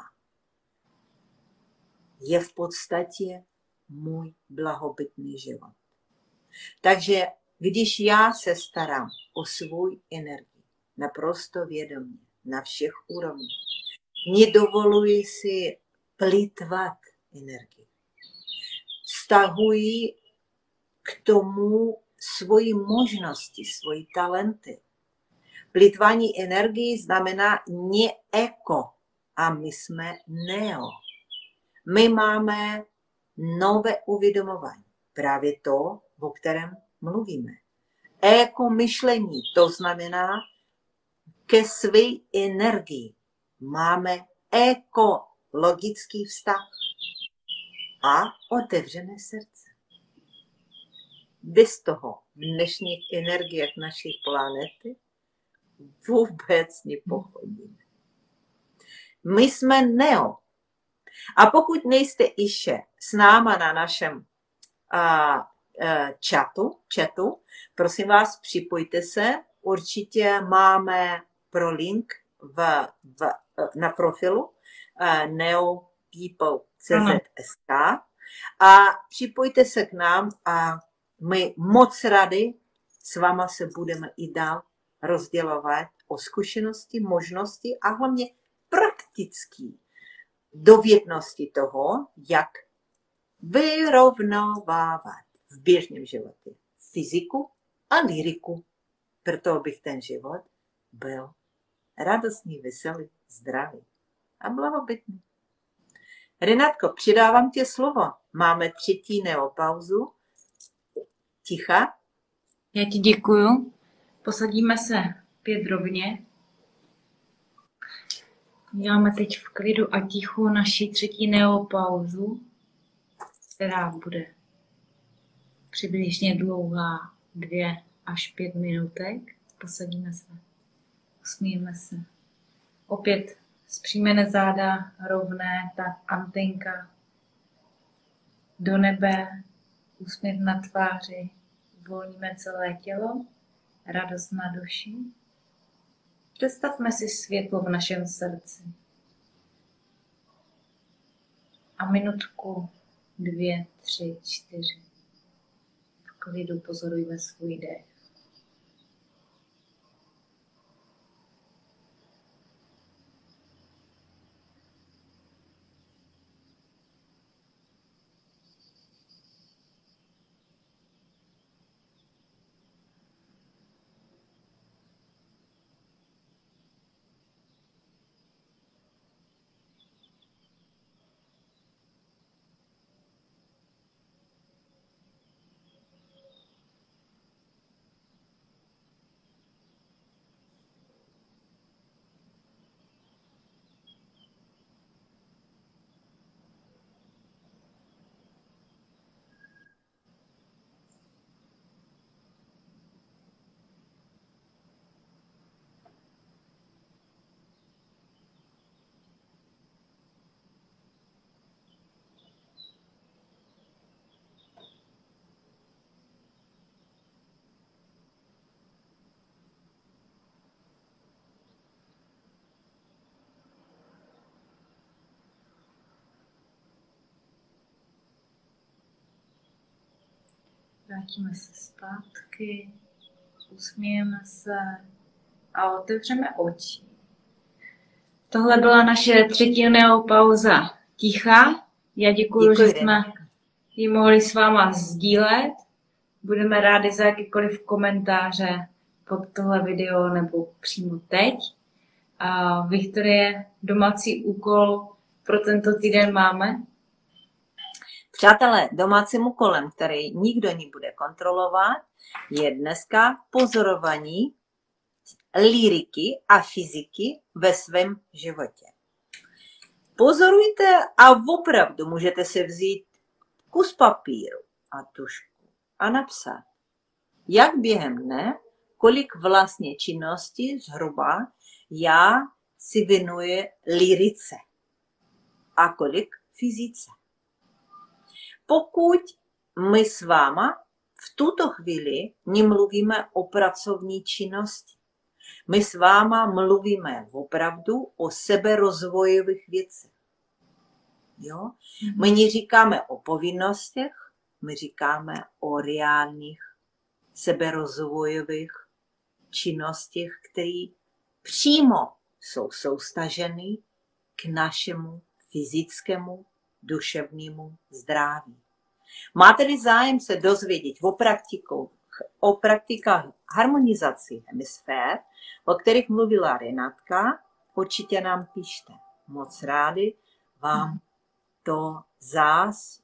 je v podstatě můj blahobytný život. Takže když já se starám o svou energii naprosto vědomě, na všech úrovních, nedovoluji si plýtvat energii. Vztahuji k tomu svoji možnosti, svoji talenty. Plýtvání energii znamená ne-eko a my jsme neo. My máme nové uvědomování. Právě to, o kterém mluvíme. Eko myšlení, to znamená ke své energii máme ekologický vztah a otevřené srdce. Bez toho v dnešních energiích naší planety vůbec nepochodíme. My jsme neo. A pokud nejste ještě s náma na našem chatu, prosím vás, připojte se. Určitě máme pro link na profilu neopeople.cz a připojte se k nám a my moc rádi s váma se budeme i dál rozdělovat o zkušenosti, možnosti a hlavně praktické dovednosti toho, jak vyrovnávat v běžném životě fyziku a lyriku. Proto bych ten život byl radostný, veselý, zdravý a blahobytný. Renátko, přidávám tě slovo. Máme 3. neopauzu. Ticha. Já ti děkuju. Posadíme se 5 rovně. Děláme teď v klidu a tichu naši 3. neopauzu, která bude přibližně dlouhá 2 až 5 minutek. Posadíme se, usmíjeme se. Opět zpříjmené záda, rovné, ta antenka do nebe, úsměv na tváři, uvolníme celé tělo, radost na duši. Představme si světlo v našem srdci. A minutku, 2, 3, 4. V klidu pozorujme svůj dech. Vrátíme se zpátky, usmějeme se a otevřeme oči. Tohle byla naše 3. neopauza ticha. Já děkuji, že jsme ji mohli s váma sdílet. Budeme rádi za jakýkoliv komentáře pod tohle video nebo přímo teď. A Viktorie, domácí úkol pro tento týden máme? Přátelé, domácím úkolem, který nikdo nebude kontrolovat, je dneska pozorování lyriky a fyziky ve svém životě. Pozorujte a opravdu můžete si vzít kus papíru a tužku a napsat, jak během dne, kolik vlastně činností zhruba já si věnuji lyrice a kolik fyzice. Pokud my s váma v tuto chvíli nemluvíme o pracovní činnosti, my s váma mluvíme opravdu o seberozvojových věcech. Jo? My neříkáme o povinnostech, my říkáme o reálných seberozvojových činnostech, které přímo jsou soustaženy k našemu fyzickému, duševnímu zdraví. Máte-li zájem se dozvědět o praktikách harmonizace hemisfér, o kterých mluvila Renátka, určitě nám píšte. Moc rádi vám to zás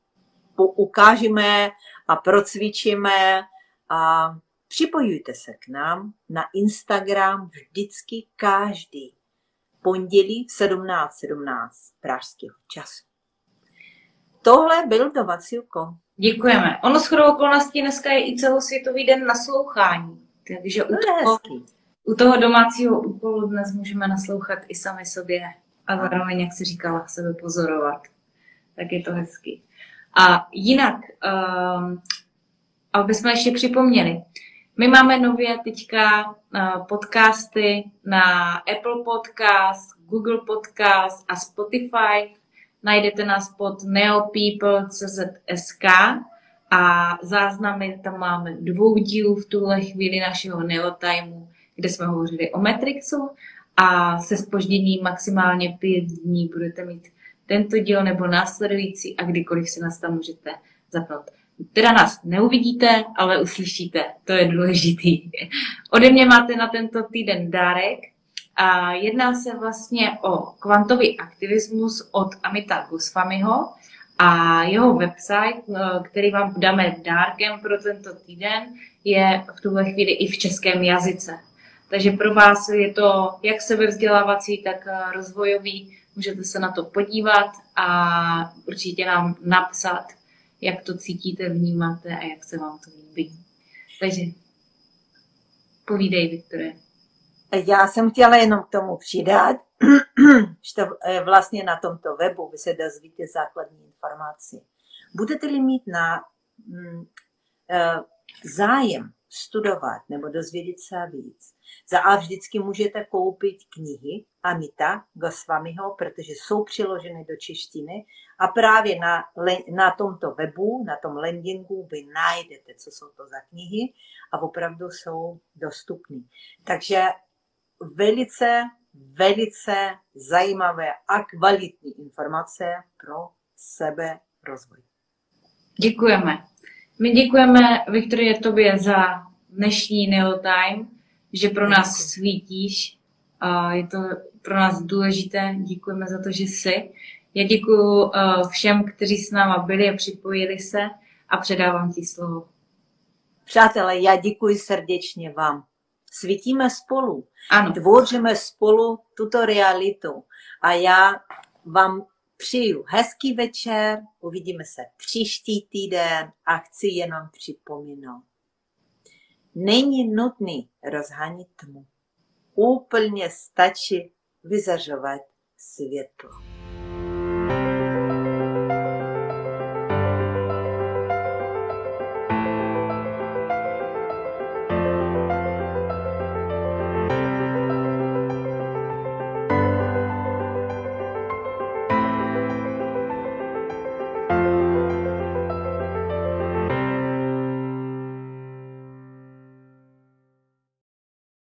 ukážeme a procvičíme a připojujte se k nám na Instagram vždycky každý pondělí v 17:17 pražského času. Tohle byl domácí úkol. Děkujeme. Ono shodou okolností dneska je i celosvětový den naslouchání. Takže u toho domácího úkolu dnes můžeme naslouchat i sami sobě a zároveň, jak si říkala, sebe pozorovat. Tak je to hezký. A jinak, aby jsme ještě připomněli, my máme nově teďka podcasty na Apple Podcast, Google Podcast a Spotify. Najdete nás pod neopeople.cz a záznamy tam máme 2 dílů v tuhle chvíli našeho Neotimeu, kde jsme hovořili o Matrixu a se zpožděním maximálně 5 dní budete mít tento díl nebo následující a kdykoliv si nás tam můžete zapnout. Teda nás neuvidíte, ale uslyšíte, to je důležitý. Ode mě máte na tento týden dárek. A jedná se vlastně o kvantový aktivismus od Amita Goswamiho a jeho website, který vám dáme dárkem pro tento týden, je v tuhle chvíli i v českém jazyce. Takže pro vás je to jak sebevzdělávací, tak rozvojový. Můžete se na to podívat a určitě nám napsat, jak to cítíte, vnímáte a jak se vám to líbí. Takže povídej, Viktorie. Já jsem chtěla jenom k tomu přidat, že vlastně na tomto webu vy se dozvíte základní informace. Budete-li mít na zájem studovat nebo dozvědět se víc, Za A vždycky můžete koupit knihy Amita Goswamiho, protože jsou přiloženy do češtiny a právě na tomto webu, na tom landingu vy najdete, co jsou to za knihy a opravdu jsou dostupné. Takže velice zajímavé a kvalitní informace pro seberozvoj. Děkujeme. My děkujeme, Viktorie, tobě za dnešní Neotime, že pro nás svítíš. Je to pro nás důležité. Děkujeme za to, že jsi. Já děkuji všem, kteří s náma byli a připojili se a předávám ti slovo. Přátelé, já děkuji srdečně vám. Svítíme spolu. Ano. Tvoříme spolu tuto realitu. A já vám přeju hezký večer, uvidíme se příští týden a chci jenom připomenout. Není nutný rozhanit tmu. Úplně stačí vyzařovat světlo.